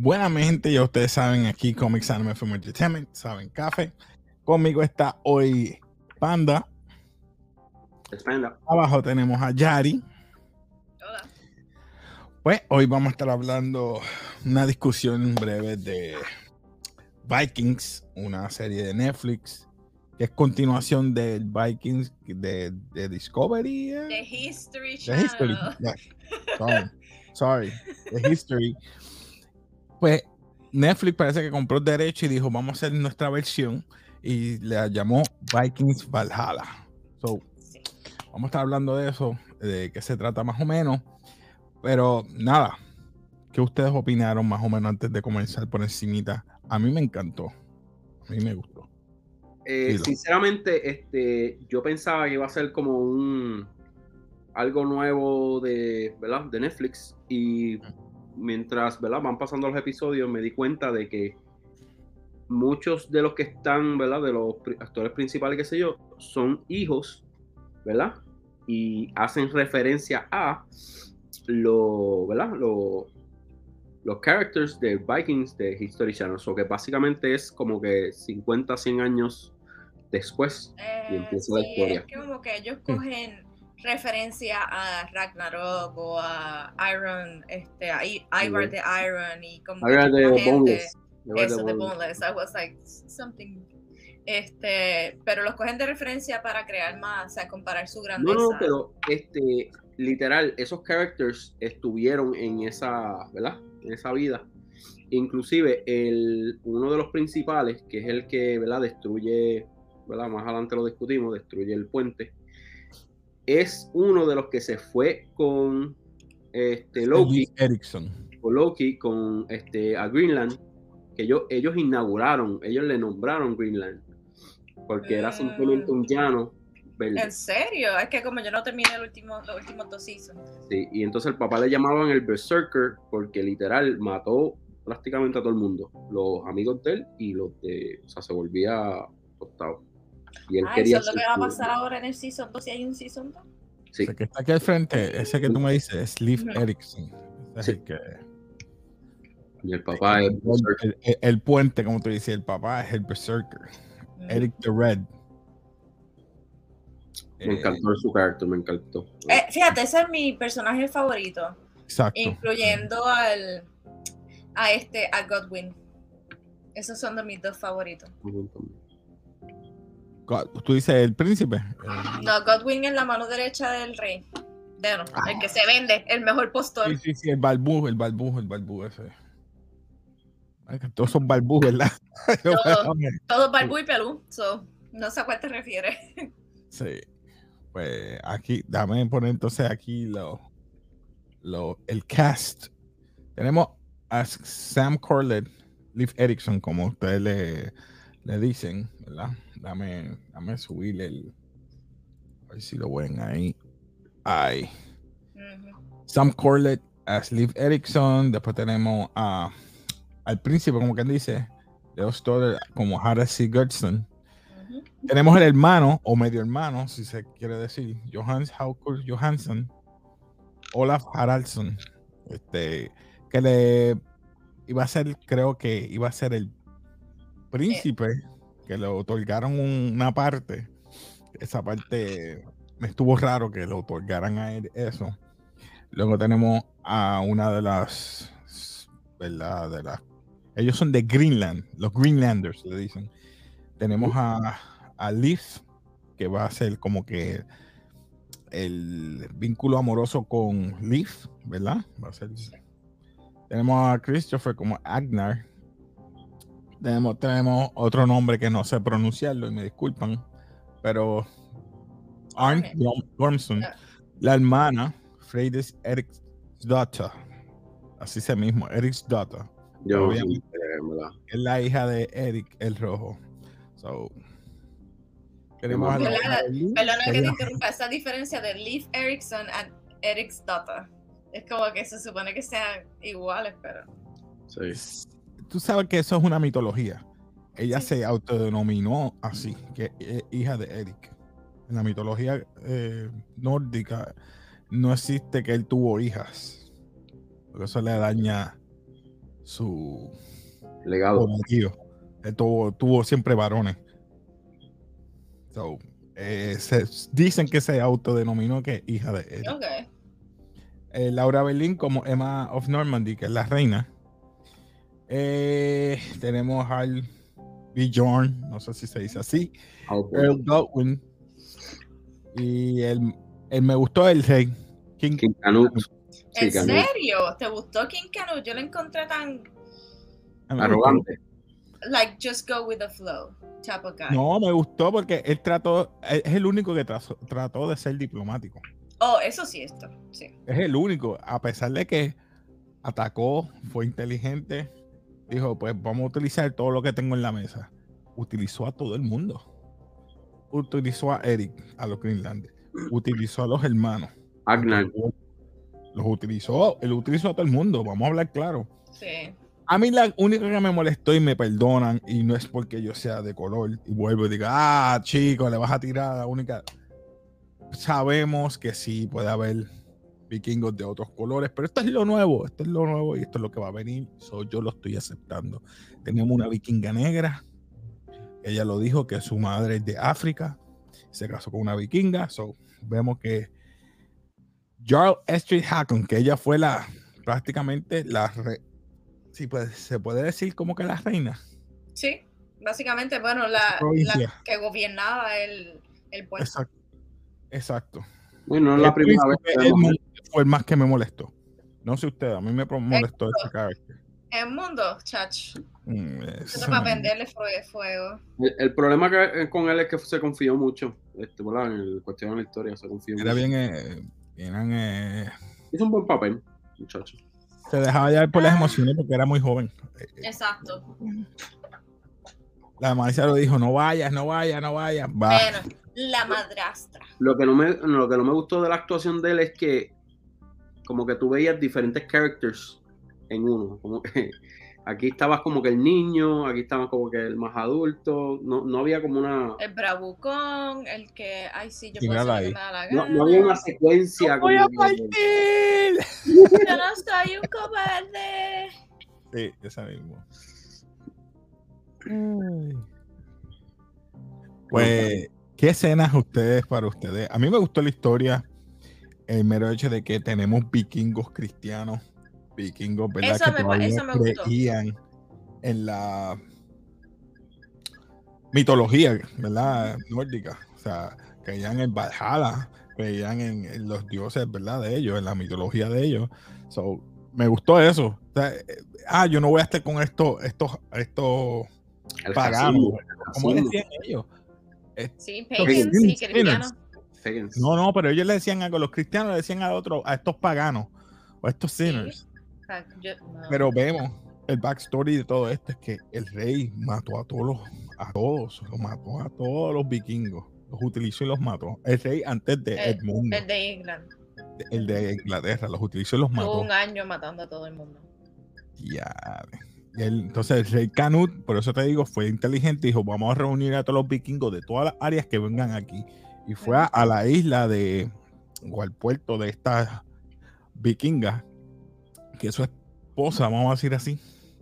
Buena gente, ya ustedes saben aquí Comics Anime Film Entertainment, saben café. Conmigo está hoy Panda. Espera. Abajo tenemos a Yari. Hola. Pues hoy vamos a estar hablando una discusión breve de Vikings, una serie de Netflix que es continuación del Vikings de Discovery. The History The Channel. History. Yeah. Sorry. The History. Pues Netflix parece que compró el derecho y dijo, vamos a hacer nuestra versión y la llamó Vikings Valhalla. Sí. Vamos a estar hablando de eso, de qué se trata más o menos. Pero nada, ¿qué ustedes opinaron más o menos antes de comenzar por encimita? A mí me encantó. A mí me gustó. Sinceramente, yo pensaba que iba a ser como algo nuevo ¿verdad? De Netflix, y mientras, ¿verdad? Van pasando los episodios me di cuenta de que muchos de los que están, ¿verdad? De los actores principales, qué sé yo, son hijos, ¿verdad? Y hacen referencia a ¿verdad? Los characters de Vikings de History Channel, que básicamente es como que 50, 100 años después y empieza la historia. Es que como que ellos cogen referencia a Ragnarok o a Iron, a Ivar the Iron y como Ivar que the gente, Boneless. eso de Boneless. I was like something. Pero los cogen de referencia para crear más, o sea, comparar su grandeza. No, pero literal, esos characters estuvieron en esa, ¿verdad? En esa vida. Inclusive uno de los principales, que es el que, ¿verdad? Destruye, ¿verdad? Más adelante lo discutimos, destruye el puente. Es uno de los que se fue con Loki. Erickson. Con Loki, con a Greenland, que ellos inauguraron, ellos le nombraron Greenland, porque era simplemente un llano verde. ¿En serio? Es que como yo no terminé los últimos 2 seasons. Sí, y entonces el papá le llamaban el Berserker porque literal mató prácticamente a todo el mundo, los amigos de él y los de, o sea, se volvía tostado. Y él quería eso es lo que va a pasar ahora en el season 2, si hay un season 2. Sí. Ese que está aquí al frente, ese que tú me dices, es Leif Erikson. Ese es el que... Y el papá es el puente, como tú dices, el papá es el Berserker. Eric the Red. Me encantó su carácter, me encantó. Fíjate, ese es mi personaje favorito. Exacto. Incluyendo a Godwin. Esos son de mis dos favoritos. ¿Tú dices el príncipe? No, Godwin es la mano derecha del rey. El que se vende, el mejor postor. Sí, el balbú ese. Todos son balbú, ¿verdad? Todos balbú y pelú. No sé a cuál te refieres. Sí. Pues aquí, dame poner entonces aquí el cast. Tenemos a Sam Corlett, Leif Erikson, como ustedes le dicen, ¿verdad? Dame subirle a ver si lo ven ahí. Ahí. Sam Corlett as Leif Erikson. Después tenemos al príncipe, como quien dice, Leo Stoddard como Harald Sigurdsson. Tenemos el hermano, o medio hermano, si se quiere decir, Johannes Haukur Johansson, Olaf Haraldsson, que le iba a ser, creo que iba a ser el príncipe, que le otorgaron una parte. Esa parte me estuvo raro que le otorgaran a él eso. Luego tenemos a una de las, ¿verdad? Ellos son de Greenland, los Greenlanders le dicen. Tenemos a Leif, que va a ser como que el vínculo amoroso con Leif, ¿verdad? Va a ser. Tenemos a Christopher como Agnar. Tenemos otro nombre que no sé pronunciarlo y me disculpan, pero Arn Gormson, la hermana Freydis Eriksdotter, así se mismo, Eriksdotter. Es la hija de Eric el Rojo. Perdona que te interrumpa, esa diferencia de Leif Erikson and Eriksdotter es como que se supone que sean iguales, pero sí. Tú sabes que eso es una mitología. Ella se autodenominó así, que es hija de Eric. En la mitología nórdica no existe que él tuvo hijas, porque eso le daña su legado. poderío. Él tuvo siempre varones. So, dicen que se autodenominó que hija de Eric. Okay. Laura Berlin como Emma of Normandy, que es la reina. Tenemos al Bjorn, no sé si se dice así, Earl Godwin, y el me gustó el rey King Canute. ¿En serio? ¿Te gustó King Canute? Yo lo encontré tan arrogante. Like, just go with the flow type of guy. No, me gustó porque él es el único que trató de ser diplomático. Oh, eso sí, sí. Es el único, a pesar de que atacó, fue inteligente, dijo, pues vamos a utilizar todo lo que tengo en la mesa. Utilizó a todo el mundo. Utilizó a Eric, a los Greenlanders. Utilizó a los hermanos. Agnar. Los utilizó. Él utilizó a todo el mundo. Vamos a hablar claro. Sí. A mí la única que me molestó y me perdonan, y no es porque yo sea de color, y vuelvo y diga, chico, le vas a tirar a la única. Sabemos que sí puede haber vikingos de otros colores, pero esto es lo nuevo y esto es lo que va a venir. Yo lo estoy aceptando. Tenemos una vikinga negra, ella lo dijo que su madre es de África, se casó con una vikinga. Vemos que Jarl Estrid Hakon, que ella fue prácticamente se puede decir como que la reina. Sí, básicamente, bueno, la que gobernaba el pueblo. Exacto. Bueno, la primera vez fue el más que me molestó. No sé usted, a mí me molestó ese carácter. El mundo, chach. Eso para venderle fuego. El problema con él es que se confió mucho. ¿Verdad? En el cuestión de la historia se confió Era mucho. Hizo un buen papel, muchacho. Se dejaba llevar por las emociones porque era muy joven. Exacto. La Marcia lo dijo, no vayas. Va. Bueno, la madrastra. Lo que no me gustó de la actuación de él es que como que tú veías diferentes characters en uno. Como que aquí estabas como que el niño, aquí estabas como que el más adulto. No había como una... El bravucón, el que... Ay, sí, yo puedo hacer lo que me da la gana. No había una secuencia. ¡No voy a partir! Yo no soy un cobarde. Sí, esa mismo. Pues, ¿qué escenas para ustedes? A mí me gustó la historia, el mero hecho de que tenemos vikingos cristianos, vikingos, ¿verdad? Eso me creían en la mitología, ¿verdad? Nórdica. O sea, creían en Valhalla, creían en los dioses, ¿verdad? De ellos, en la mitología de ellos. Me gustó eso. O sea, yo no voy a estar con estos paganos. ¿Cómo decían ellos? Sí, pagans, sí, cristianos. No, pero ellos le decían algo, los cristianos le decían a estos paganos o a estos sinners. Sí. Pero vemos el backstory de todo esto es que el rey mató a todos los vikingos, los utilizó y los mató. El rey antes de Edmundo. El de England. El de Inglaterra, los utilizó y los mató. Tuvo un año matando a todo el mundo. Ya. Entonces el rey Canute, por eso te digo, fue inteligente y dijo, vamos a reunir a todos los vikingos de todas las áreas que vengan aquí. Y fue a la isla o al puerto de estas vikingas, que es su esposa, vamos a decir así,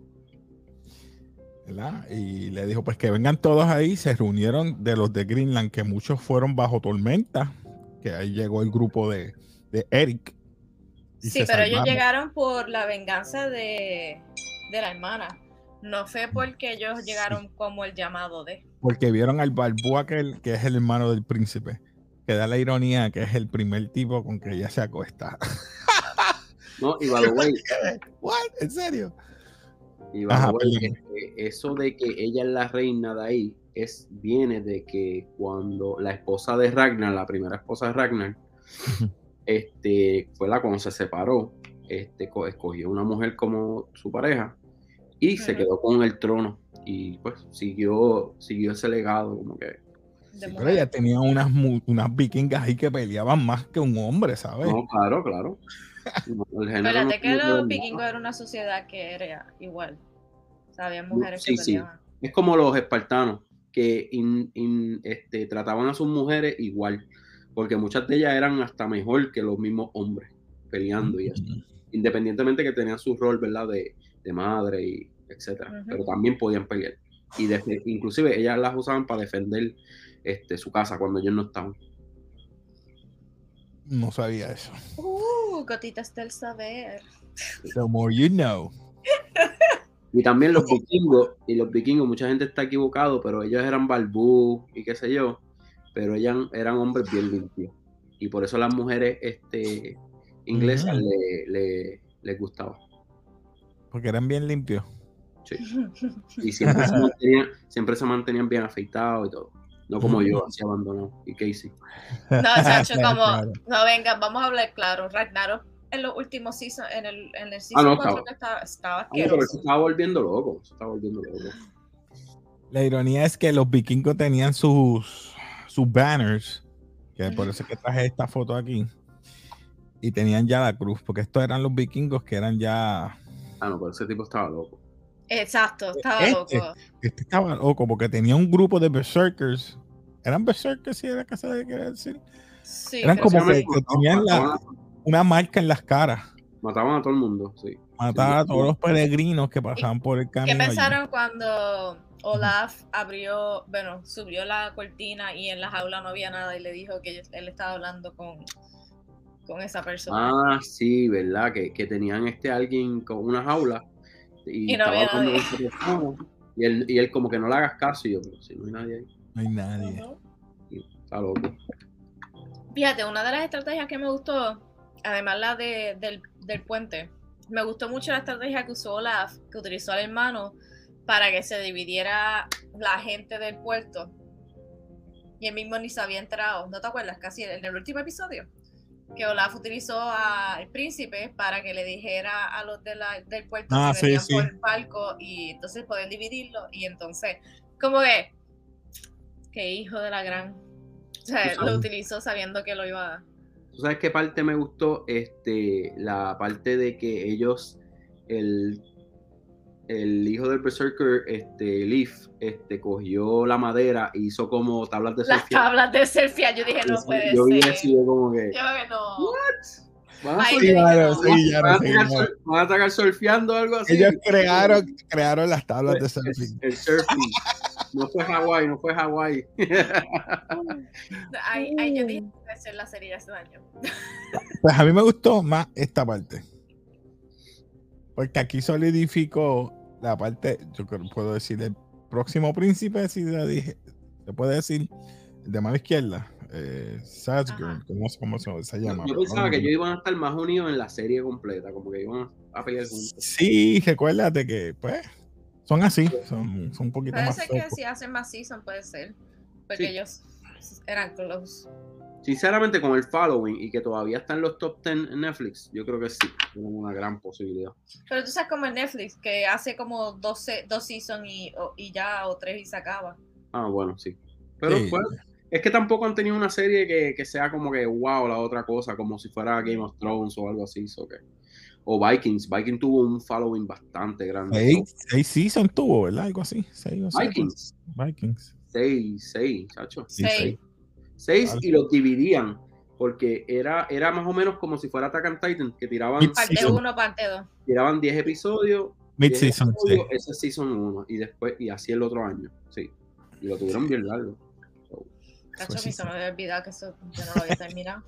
¿verdad? Y le dijo, pues que vengan todos ahí. Se reunieron de los de Greenland, que muchos fueron bajo tormenta, que ahí llegó el grupo de Eric. Sí, pero ellos llegaron por la venganza de la hermana. No fue porque ellos llegaron como el llamado de. Porque vieron al Balboa, que es el hermano del príncipe. Que da la ironía que es el primer tipo con que ella se acuesta. No, y by the way. ¿What? ¿En serio? Y by the way, eso de que ella es la reina de ahí viene de que cuando la esposa de Ragnar, la primera esposa de Ragnar, fue cuando se separó, escogió una mujer como su pareja y se quedó con el trono y pues siguió ese legado como que. Sí, pero ella tenía unas vikingas ahí que peleaban más que un hombre, ¿sabes? No, claro. Espérate que los vikingos era una sociedad que era igual. O sea, había mujeres que peleaban. Sí. Es como los espartanos que trataban a sus mujeres igual, porque muchas de ellas eran hasta mejor que los mismos hombres peleando y eso. Independientemente que tenían su rol, ¿verdad? madre y etcétera. Ujú. Pero también podían pelear. Y inclusive ellas las usaban para defender su casa cuando ellos no estaban. No sabía eso. Gotitas del saber. The more you know. Y también los vikingos, mucha gente está equivocado, pero ellos eran barbú y qué sé yo, pero ellos eran hombres bien limpios. Y por eso las mujeres inglesas les gustaba. Porque eran bien limpios. Sí. Y siempre se mantenían bien afeitados y todo. No como yo, así abandonado. Y Casey. No, chacho, como, Claro. no, venga, vamos a hablar claro. Ragnarok en los últimos seasons, en el season 4 que estaba Pero asqueroso. se estaba volviendo loco. La ironía es que los vikingos tenían sus banners, que por eso es que traje esta foto aquí, y tenían ya la cruz, porque estos eran los vikingos que eran ya... Pero ese tipo estaba loco. Exacto, estaba loco. Este estaba loco porque tenía un grupo de berserkers. ¿Eran berserkers si era que se quería decir? Sí, eran como que tenían mataban una marca en las caras. Mataban a todo el mundo, sí. Mataban a todos los peregrinos que pasaban por el camino. ¿Qué pensaron cuando Olaf subió la cortina y en la jaula no había nada y le dijo que él estaba hablando con esa persona? Sí, ¿verdad? Que tenían alguien con una jaula y no había estaba nadie. Y él como que no le hagas caso, y yo, pero si no hay nadie ahí. No hay nadie. Está loco. Fíjate, una de las estrategias que me gustó, además la del puente, me gustó mucho la estrategia que usó Olaf, que utilizó al hermano para que se dividiera la gente del puerto. Y él mismo ni se había enterado. ¿No te acuerdas? Casi en el último episodio. Que Olaf utilizó al príncipe para que le dijera a los del puerto que venían por el barco y entonces poder dividirlo. Y entonces, como que hijo de la gran. O sea, lo utilizó sabiendo que lo iba a... ¿Tú sabes qué parte me gustó? La parte de que ellos, el hijo del Berserker, Leaf, cogió la madera e hizo como tablas de surfear. Las tablas de surfear, yo dije, no puede ser. Yo vi eso y yo como que... Yo que no. ¿What? ¿Van a estar surfeando o algo así? Ellos crearon las tablas de surfing. El surfing. No fue Hawái. Ahí yo dije que iba a ser la serie de este año. Pues a mí me gustó más esta parte. Porque aquí solidificó la parte, yo creo que puedo decir, el próximo príncipe, si le dije, se puede decir, el de mano izquierda, Sasgurn, ¿cómo se llama? Yo pensaba que ellos iban a estar más unidos en la serie completa, como que iban a pelear juntos. Sí, recuérdate que, pues, son así, son un poquito puede más ser secos. que si hacen más season, puede ser, porque ellos eran close. Sinceramente, con el following y que todavía están los top 10 en Netflix, yo creo que sí, tienen una gran posibilidad. Pero tú sabes como en Netflix, que hace como 2 seasons y ya, o 3 y se acaba. Bueno, sí. Pero sí. Pues, es que tampoco han tenido una serie que sea como que wow, la otra cosa, como si fuera Game of Thrones o algo así. O Vikings. Vikings tuvo un following bastante grande. 6 seasons tuvo, ¿verdad? Algo así. Vikings. 6, chacho. 6 y los dividían porque era más o menos como si fuera Attack on Titan, que tiraban parte 1, parte 2. Tiraban 10 episodios. Mid-season, sí. Ese es season 1 y después y así el otro año, sí. Y lo tuvieron bien largo. Cacho, se me había olvidado que eso yo no lo había terminado.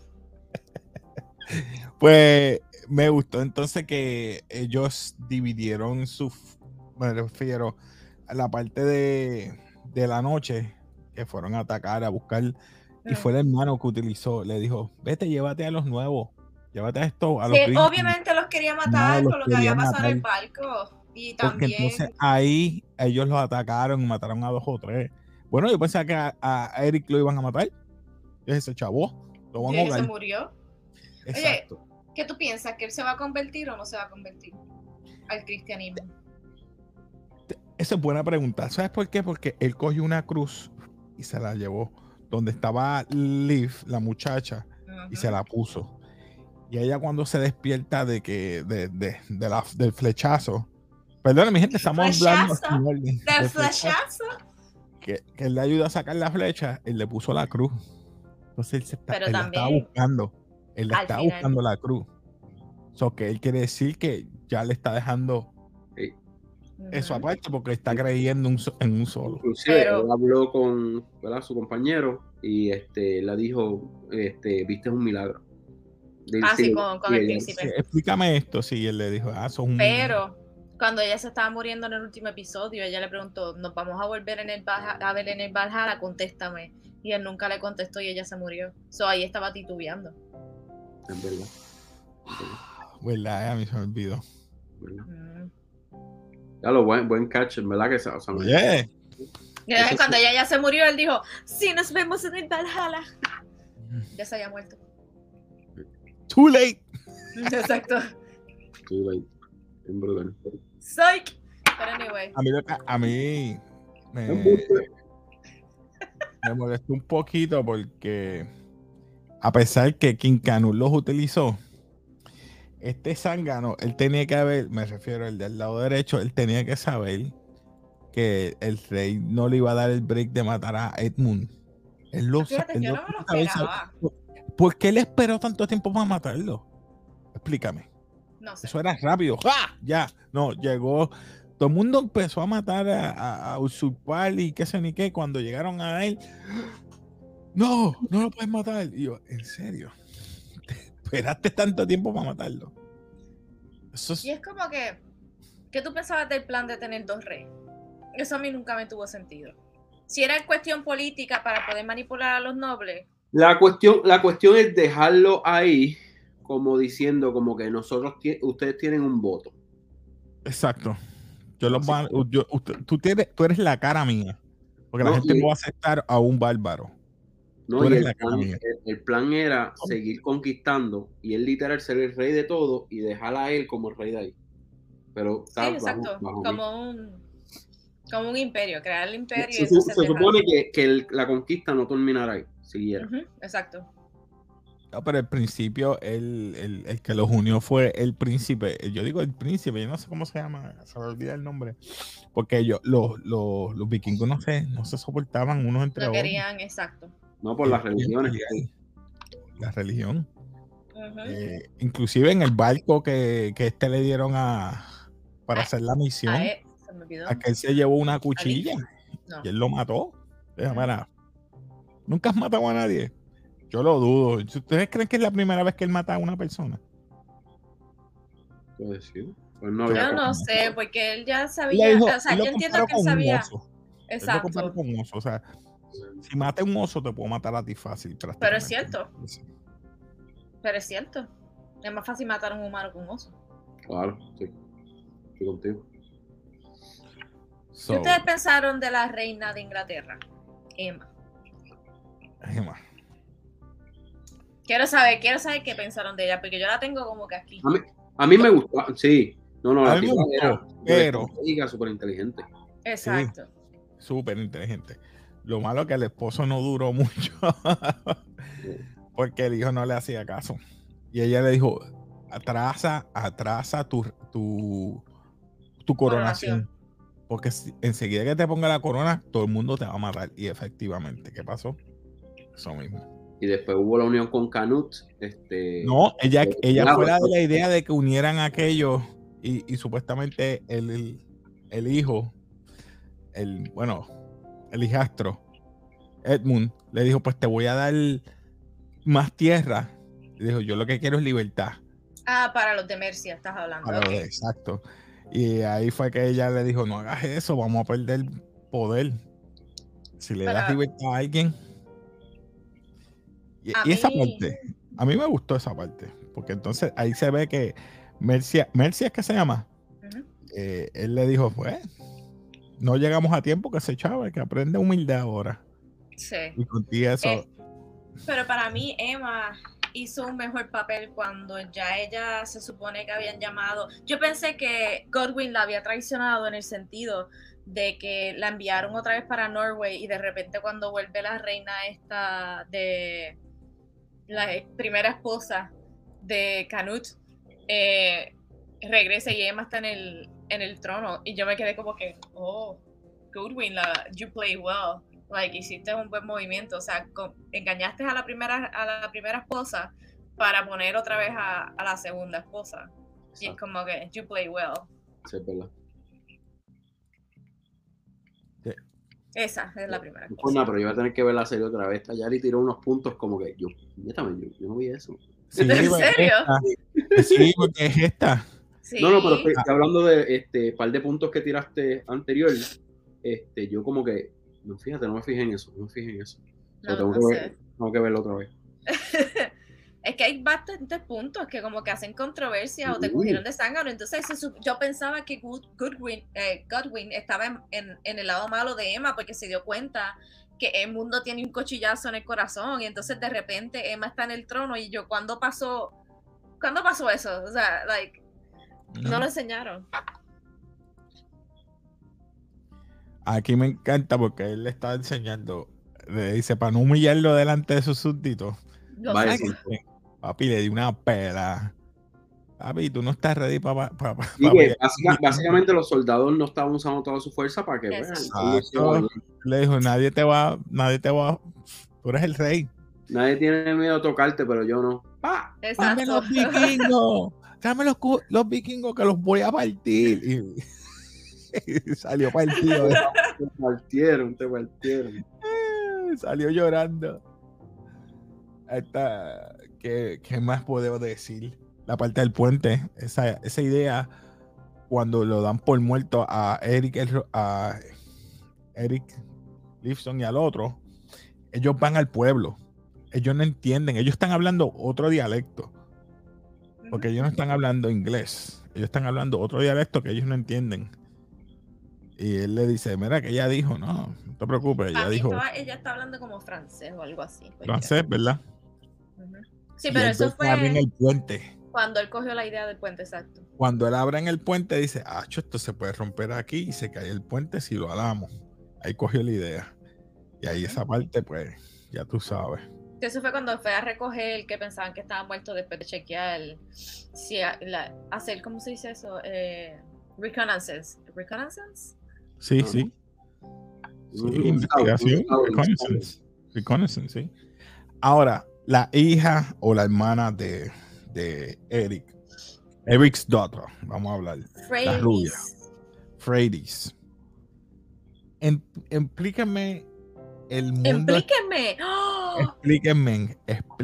Pues me gustó entonces que ellos dividieron me refiero a la parte de la noche que fueron a atacar, a buscar, y fue el hermano que utilizó, le dijo, vete, llévate a los nuevos, llévate a estos, a los gringos. Obviamente los quería matar con lo que había pasado en el barco. Y también... Porque entonces ahí ellos los atacaron y mataron a 2 o 3. Bueno, yo pensaba que a Eric lo iban a matar. Ese chavo lo van a ahogar. Se murió. Exacto. Oye, ¿qué tú piensas? ¿Que él se va a convertir o no se va a convertir al cristianismo? Esa es buena pregunta. ¿Sabes por qué? Porque él cogió una cruz y se la llevó donde estaba Liv, la muchacha, y se la puso. Y ella cuando se despierta de que del flechazo, perdón, mi gente, estamos hablando del flechazo. Que él le ayuda a sacar la flecha, él le puso la cruz. Entonces él la estaba buscando. Él le estaba buscando la cruz. Que él quiere decir que ya le está dejando Sí. Eso aparte porque está creyendo en un solo. Inclusive Pero- él habló con, ¿verdad?, su compañero y le dijo, viste un milagro. Sí, con el príncipe. Sí, explícame esto, sí, él le dijo, sos un... Pero cuando ella se estaba muriendo en el último episodio, ella le preguntó, ¿nos vamos a volver a ver en el Valhalla? Contéstame. Y él nunca le contestó y ella se murió. Ahí estaba titubeando. Es verdad. ¿Verdad? A mí se me olvidó. Mm. Ya lo buen catch, en verdad que o sea, Oye. Y entonces, cuando ella ya se murió, él dijo, sí, nos vemos en el Valhalla. Ya se había muerto. Too late. Exacto. Too late. En brutal. Psych. Pero anyway. A mí me molestó un poquito porque a pesar que King Canut los utilizó, este zángano, él tenía que haber, me refiero al del lado derecho, él tenía que saber que el rey no le iba a dar el break de matar a Edmund. Él lo Fíjate, yo no me lo esperaba. ¿Por qué él esperó tanto tiempo para matarlo? Explícame. No sé. Eso era rápido. ¡Ja! Ya. No, llegó. Todo el mundo empezó a matar, a usurpar y qué sé ni qué. Cuando llegaron a él, no lo puedes matar. Y yo, ¿en serio? ¿Esperaste tanto tiempo para matarlo? Eso es... Y es como que, ¿qué tú pensabas del plan de tener 2 reyes? Eso a mí nunca me tuvo sentido. Si era cuestión política para poder manipular a los nobles. La cuestión es dejarlo ahí como diciendo como que ustedes tienen un voto. Exacto. Tú eres la cara mía. Porque la gente no va a aceptar a un bárbaro. No, tú y eres la cara mía. el plan era seguir conquistando y él literal ser el rey de todo y dejar a él como el rey de ahí. Pero Sí, exacto. Como un imperio, crear el imperio. Se supone que la conquista no terminará ahí, siguiera. Exacto. No, pero al principio el que los unió fue el príncipe. Yo digo el príncipe, yo no sé cómo se llama, se me olvida el nombre. Porque los vikingos no se soportaban unos entre otros. No querían, exacto. No, por las religiones. La religión. Inclusive en el barco que le dieron para hacer la misión, se me olvidó. a que él se llevó una cuchilla y él lo mató. Mira, nunca has matado a nadie. Yo lo dudo. ¿Ustedes creen que es la primera vez que él mata a una persona? Pues sí. Yo no sé, porque él ya sabía. O sea, yo entiendo que él sabía. Exacto. Él lo comparó con un oso. O sea, si mate un oso, te puedo matar a ti fácil. Pero es cierto. Pero es cierto. Es más fácil matar a un humano que un oso. Claro, sí. Estoy contigo. ¿Qué ustedes pensaron de la reina de Inglaterra? Emma. Quiero saber qué pensaron de ella, porque yo la tengo como que aquí. A mí me gustó, sí. No, la tipa era pero súper inteligente. Exacto. Sí, súper inteligente. Lo malo es que el esposo no duró mucho porque el hijo no le hacía caso. Y ella le dijo, atrasa tu coronación. Porque enseguida que te ponga la corona, todo el mundo te va a matar. Y efectivamente, ¿qué pasó? Eso mismo. Y después hubo la unión con Canut. No, ella fuera de la idea de que unieran aquello y supuestamente el hijo, el hijastro, Edmund, le dijo, pues te voy a dar más tierra. Le dijo, yo lo que quiero es libertad. Para los de Mercia estás hablando. Exacto. Y ahí fue que ella le dijo, no hagas eso, vamos a perder poder. Si le das libertad a alguien. Y esa parte, a mí me gustó esa parte, porque entonces ahí se ve que Mercia es que se llama. Él le dijo, pues, no llegamos a tiempo, que se chava, que aprende humildad ahora. Sí. Y contigo eso. Pero para mí, Emma hizo un mejor papel cuando ya ella se supone que habían llamado. Yo pensé que Godwin la había traicionado en el sentido de que la enviaron otra vez para Norway y de repente cuando vuelve la reina esta de la primera esposa de Canut, regresa y Emma está en el trono y yo me quedé como que, oh, Godwin, you play well. Like, hiciste un buen movimiento, o sea, engañaste a la primera esposa para poner otra vez a la segunda esposa. Exacto. Y es como que you play well. Sí, es verdad. Esa es la primera. Pues nada, pero yo voy a tener que ver la serie otra vez. Yari tiró unos puntos como que yo no vi eso. Sí, ¿En serio? Sí, porque es esta. Sí. No, pero estoy hablando de par de puntos que tiraste anterior. Yo como que, no me fijé en eso. No, Tengo que verlo otra vez. Es que hay bastantes puntos que como que hacen controversia o te cogieron de zángano. Entonces yo pensaba que Godwin estaba en el lado malo de Emma porque se dio cuenta que el mundo tiene un cuchillazo en el corazón y entonces de repente Emma está en el trono y yo, ¿cuándo pasó eso? O sea, no lo enseñaron. Aquí me encanta porque él le está enseñando, le dice, para no humillarlo delante de sus súbditos. Papi, le di una pela. Papi, tú no estás ready para... Básicamente los soldados no estaban usando toda su fuerza para que vean. Le dijo, nadie te va, tú eres el rey. Nadie tiene miedo a tocarte, pero yo no. ¡Pah! ¡Dame los vikingos! ¡Dame los vikingos que los voy a partir! Y salió partido. Te partieron. Salió llorando. ¿Qué más podemos decir? La parte del puente, esa idea, cuando lo dan por muerto a Eric Lifson y al otro, ellos van al pueblo. Ellos no entienden, ellos están hablando otro dialecto. Porque ellos no están hablando inglés. Ellos están hablando otro dialecto que ellos no entienden. Y él le dice, mira, que ella dijo, no te preocupes, ella está hablando como francés o algo así. Francés, ¿verdad? Sí, pero eso fue en el puente. Cuando él cogió la idea del puente, exacto. Cuando él abre en el puente, dice, esto se puede romper aquí y se cae el puente si lo alamos. Ahí cogió la idea. Y ahí esa parte, pues, ya tú sabes. Eso fue cuando fue a recoger el que pensaban que estaba muerto después de chequear hacer, ¿cómo se dice eso? Reconnaissance. ¿Reconnaissance? Sí, sí. Investigación. Reconnaissance, sí. Ahora, la hija o la hermana de Eric's daughter, vamos a hablar. La rubia. Freydis. Explíquenme el mundo. Explíquenme.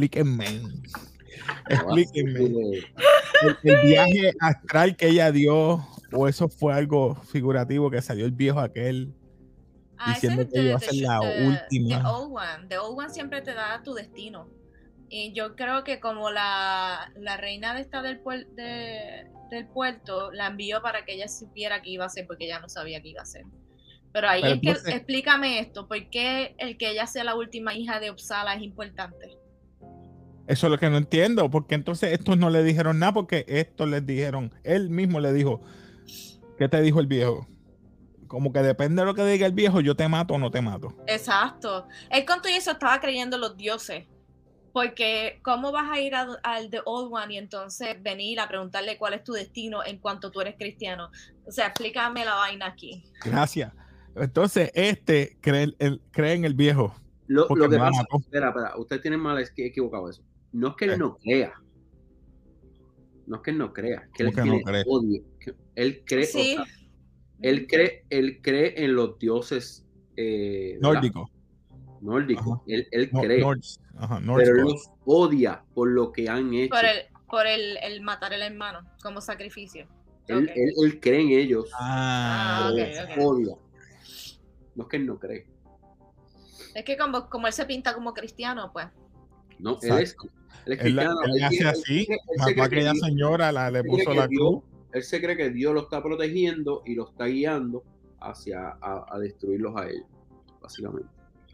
El viaje astral que ella dio, o eso fue algo figurativo que salió el viejo aquel diciendo que iba a ser la última. The Old One siempre te da tu destino. Y yo creo que como la reina de esta del puerto la envió para que ella supiera qué iba a hacer, porque ella no sabía qué iba a hacer. Pero ahí entonces, explícame esto, ¿por qué el que ella sea la última hija de Uppsala es importante? Eso es lo que no entiendo, porque entonces estos no le dijeron nada, porque estos les dijeron, él mismo le dijo, ¿qué te dijo el viejo? Como que depende de lo que diga el viejo, yo te mato o no te mato. Exacto. Él con todo eso estaba creyendo en los dioses. Porque ¿cómo vas a ir al The Old One y entonces venir a preguntarle cuál es tu destino en cuanto tú eres cristiano? O sea, explícame la vaina aquí. Gracias. Entonces, cree en el viejo. Lo que pasa, espera, usted tiene mal equivocado eso. No es que él no crea. No es que él no crea. Que él tiene odio. Él cree, sí. O sea, él cree en los dioses nórdicos. Él cree. Pero él los odia por lo que han hecho. Por el matar al hermano como sacrificio. Él cree en ellos. Okay. Odia. No es que él no cree. Es que como él se pinta como cristiano, pues. No, él es cristiano. Él hace así. Mató a aquella señora, le puso la cruz. Él se cree que Dios lo está protegiendo y lo está guiando hacia a destruirlos a ellos, básicamente.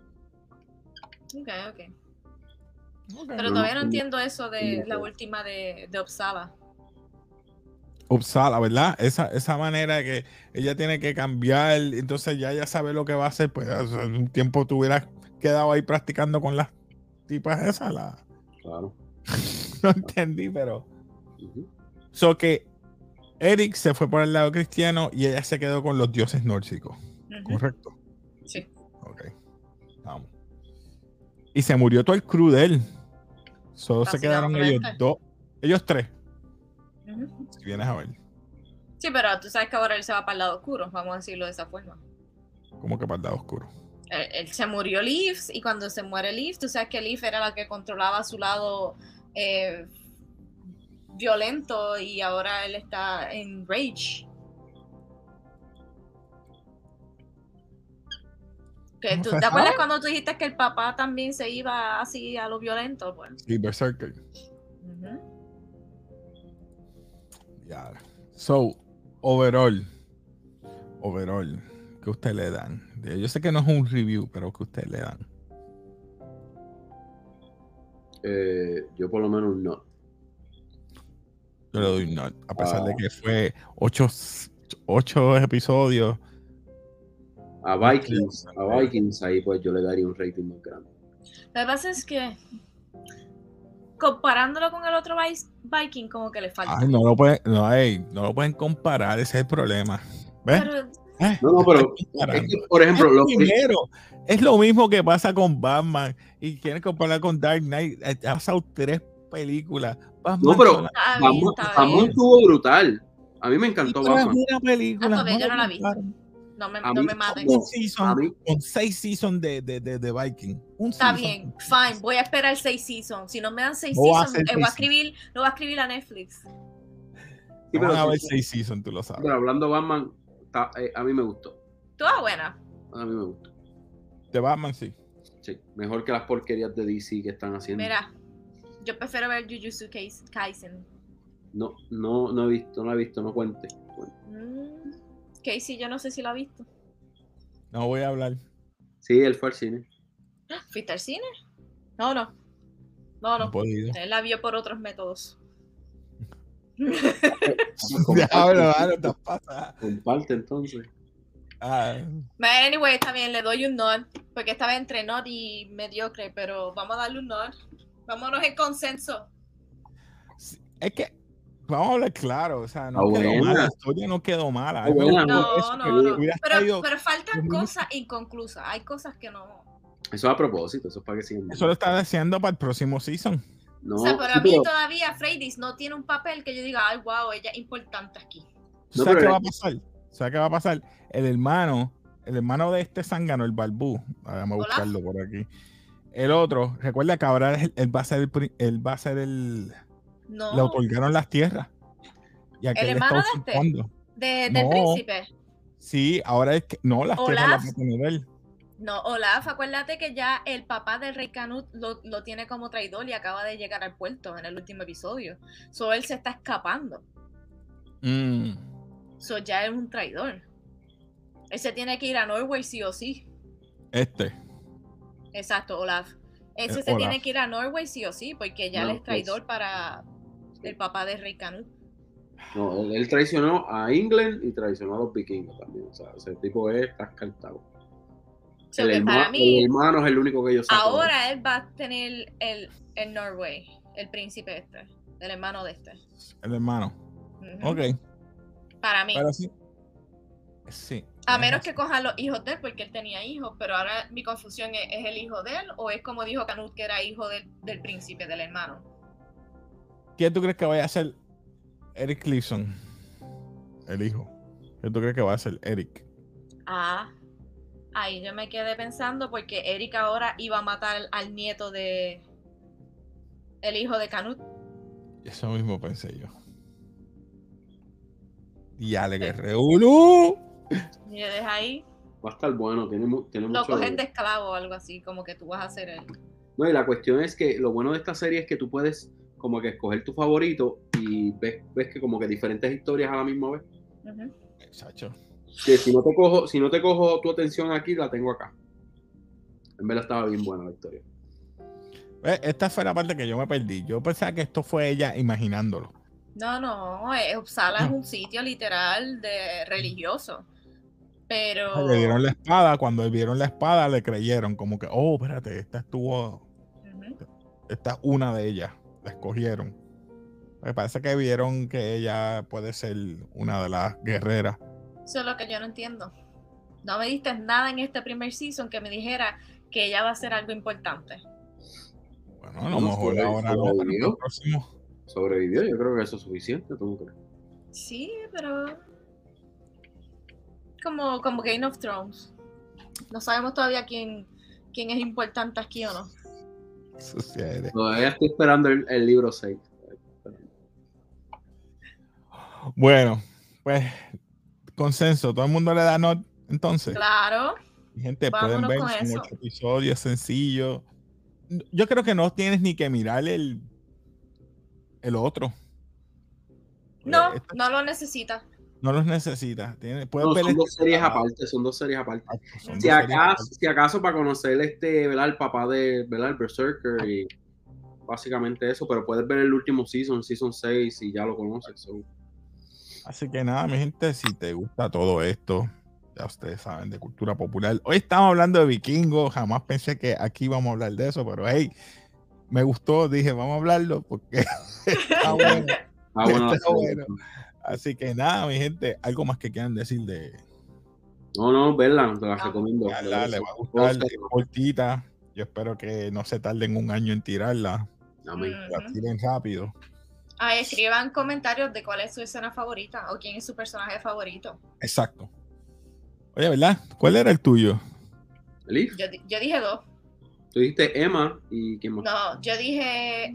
Okay. Pero todavía no entiendo eso de la última de Uppsala. Uppsala, ¿verdad? Esa manera que ella tiene que cambiar, entonces ya sabe lo que va a hacer, pues en un tiempo tú hubieras quedado ahí practicando con las tipas esas. Claro. No entendí, pero... So que Eric se fue por el lado cristiano y ella se quedó con los dioses nórdicos. ¿Correcto? Sí. Ok. Vamos. Y se murió todo el crew de él. Solo se quedaron ellos tres. Si vienes a ver. Sí, pero tú sabes que ahora él se va para el lado oscuro, vamos a decirlo de esa forma. ¿Cómo que para el lado oscuro? Él se murió Leaf, y cuando se muere Leaf, tú sabes que Leaf era la que controlaba su lado violento, y ahora él está en Rage. Que ¿tú te acuerdas cuando tú dijiste que el papá también se iba así a lo violento? Pues. Sí, Berserker. Ya. So, overall, ¿qué usted le dan? Yo sé que no es un review, pero ¿qué usted le dan? Yo por lo menos no. Yo le doy un not, a pesar de que fue 8 episodios. A Vikings ahí pues yo le daría un rating más grande. Lo que pasa es que comparándolo con el otro Viking, como que le falta. Ay, no lo pueden comparar, ese es el problema. ¿Ves? Pero, no, pero es que, por ejemplo, es lo mismo que pasa con Batman y quieren comparar con Dark Knight. Ha pasado 3 películas. Batman, no, pero Batman estuvo brutal. A mí me encantó Batman. Es una película. Yo no la vi. No me maten. Con 6 seasons de Viking. Está bien, fine. Voy a esperar 6 seasons. Si no me dan 6 seasons, lo voy a escribir a Netflix. Sí, pero van a ver 6 seasons, tú lo sabes. Pero hablando de Batman, a mí me gustó. Toda buena. A mí me gustó. De Batman, sí. Sí, mejor que las porquerías de DC que están haciendo. Mira, yo prefiero ver Jujutsu Kaisen. No he visto, no cuente. Casey, yo no sé si lo ha visto. No voy a hablar. Sí, él fue al cine. ¿Fuiste al cine? No. No Él la vio por otros métodos. Comparte entonces. Anyway, está bien, le doy un nod, porque estaba entre nod y mediocre, pero vamos a darle un nod. Vámonos en consenso. Es que vamos a hablar claro, o sea, no quedó mala, la historia no quedó mala. No. Pero faltan cosas inconclusas, hay cosas que no. Eso es a propósito, eso es para que sigan. Eso lo está haciendo para el próximo season. No, o sea, pero a mí todavía Freydis no tiene un papel que yo diga, ay, wow, ella es importante aquí. ¿Sabes qué va a pasar? ¿Sabes qué va a pasar? El hermano de este zángano, el Balbú, vamos a buscarlo por aquí. El otro, recuerda que ahora él va a ser el no. Le otorgaron las tierras. Y el hermano del príncipe. Sí, ahora es que no, las tierras las va a tener él. No, Olaf, acuérdate que ya el papá del rey Canut lo tiene como traidor y acaba de llegar al puerto en el último episodio. So él se está escapando. So ya es un traidor. Él se tiene que ir a Norway sí o sí. Exacto, Olaf. Ese se tiene que ir a Norway sí o sí, porque ya él es traidor para el papá del rey Canut. No, él traicionó a England y traicionó a los vikingos también. O sea, ese tipo está descartado. El hermano es el único que ellos saben. Ahora él va a tener el Norway, el príncipe el hermano de este. El hermano. Ok. Para mí. Pero sí. A menos que cojan los hijos de él, porque él tenía hijos, pero ahora mi confusión ¿es el hijo de él o es como dijo Canut que era hijo del príncipe, del hermano? ¿Quién tú crees que vaya a ser Eric Cleveson? El hijo. ¿Quién tú crees que va a ser Eric? Ahí yo me quedé pensando porque Eric ahora iba a matar al nieto de el hijo de Canut. Eso mismo pensé yo. Y ya le guerré uno. Y le deja ahí. Va a estar bueno, tiene mucho. Lo cogen de esclavo o algo así, como que tú vas a ser él. No, y la cuestión es que lo bueno de esta serie es que tú puedes como que escoger tu favorito y ves que como que diferentes historias a la misma vez. Exacto. Que si no te cojo tu atención aquí, la tengo acá. En verdad estaba bien buena la historia. Esta fue la parte que yo me perdí. Yo pensaba que esto fue ella imaginándolo. No, Uppsala es un sitio literal de religioso. Pero le dieron la espada, cuando vieron la espada le creyeron, como que, espérate, esta estuvo, esta es una de ellas, la escogieron. Me parece que vieron que ella puede ser una de las guerreras. Eso es lo que yo no entiendo. No me diste nada en este primer season que me dijera que ella va a hacer algo importante. Bueno, a lo mejor ahora no, pero el próximo. Sobrevivió, yo creo que eso es suficiente, ¿tú no crees? Sí, pero como Game of Thrones. No sabemos todavía quién es importante aquí o no. Sucia eres. Todavía estoy esperando el libro 6. Bueno, pues consenso, todo el mundo le da not entonces. Claro. Gente, Vámonos pueden ver, con son eso. 8 episodios sencillos. Yo creo que no tienes ni que mirar el otro. No, no lo necesita. No los necesitas. Puedes No, ver son este dos series separado. aparte, son 2 series aparte. Son Si dos series acaso, aparte. si acaso para conocer ¿verdad? El papá de, ¿verdad? El Berserker y básicamente eso, pero puedes ver el último season 6, y ya lo conoces. So. Así que nada, mi gente, si te gusta todo esto, ya ustedes saben, de cultura popular. Hoy estamos hablando de vikingos, jamás pensé que aquí íbamos a hablar de eso, pero hey, me gustó, dije, vamos a hablarlo porque está bueno. Bueno, Está bueno. Así que nada, mi gente, algo más que quieran decir de... No, verla, te la recomiendo. Le va a gustar, es cortita. Yo espero que no se tarden un año en tirarla. Amén. La tiren rápido. Escriban comentarios de cuál es su escena favorita o quién es su personaje favorito. Exacto. Oye, ¿verdad? ¿Cuál era el tuyo? ¿Elif? Yo dije 2. Tú dijiste Emma y ¿quién más? No, yo dije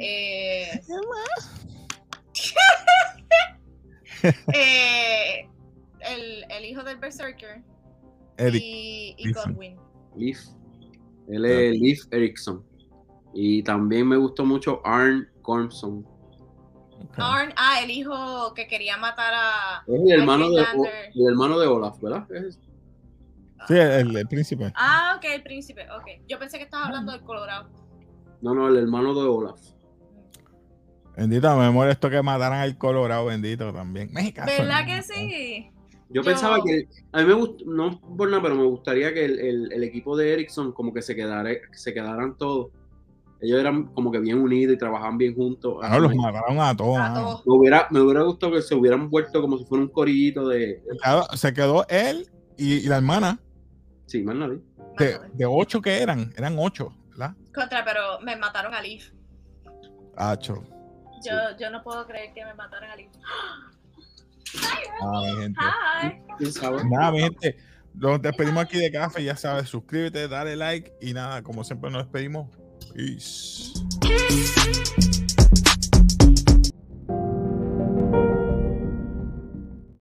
el hijo del Berserker Eric. y Godwin. Leaf. Él es Leaf Erickson. Y también me gustó mucho Arn Cormson. Okay. Arn, el hijo que quería matar a... Es el hermano, Highlander. el hermano de Olaf, ¿verdad? Sí, el príncipe. Ok, el príncipe. Ok. Yo pensé que estabas hablando del Colorado. No, el hermano de Olaf. Bendito, me molesto que mataran al Colorado, bendito también. Mexicano. ¿Verdad que sí? Yo pensaba que a mí me gustó, no por nada, pero me gustaría que el equipo de Erickson como que se quedaran todos. Ellos eran como que bien unidos y trabajaban bien juntos. No, los mataron a todos. Me hubiera gustado que se hubieran vuelto como si fuera un corillito de... Se quedó él y la hermana. Sí, más nadie. De 8 que eran 8, ¿verdad? Pero me mataron a Leaf. Acho. Yo no puedo creer que me mataran a Leaf. Mi gente. Hi. Nada, mi gente. Nos despedimos aquí de café. Ya sabes, suscríbete, dale like y nada, como siempre nos despedimos. Peace.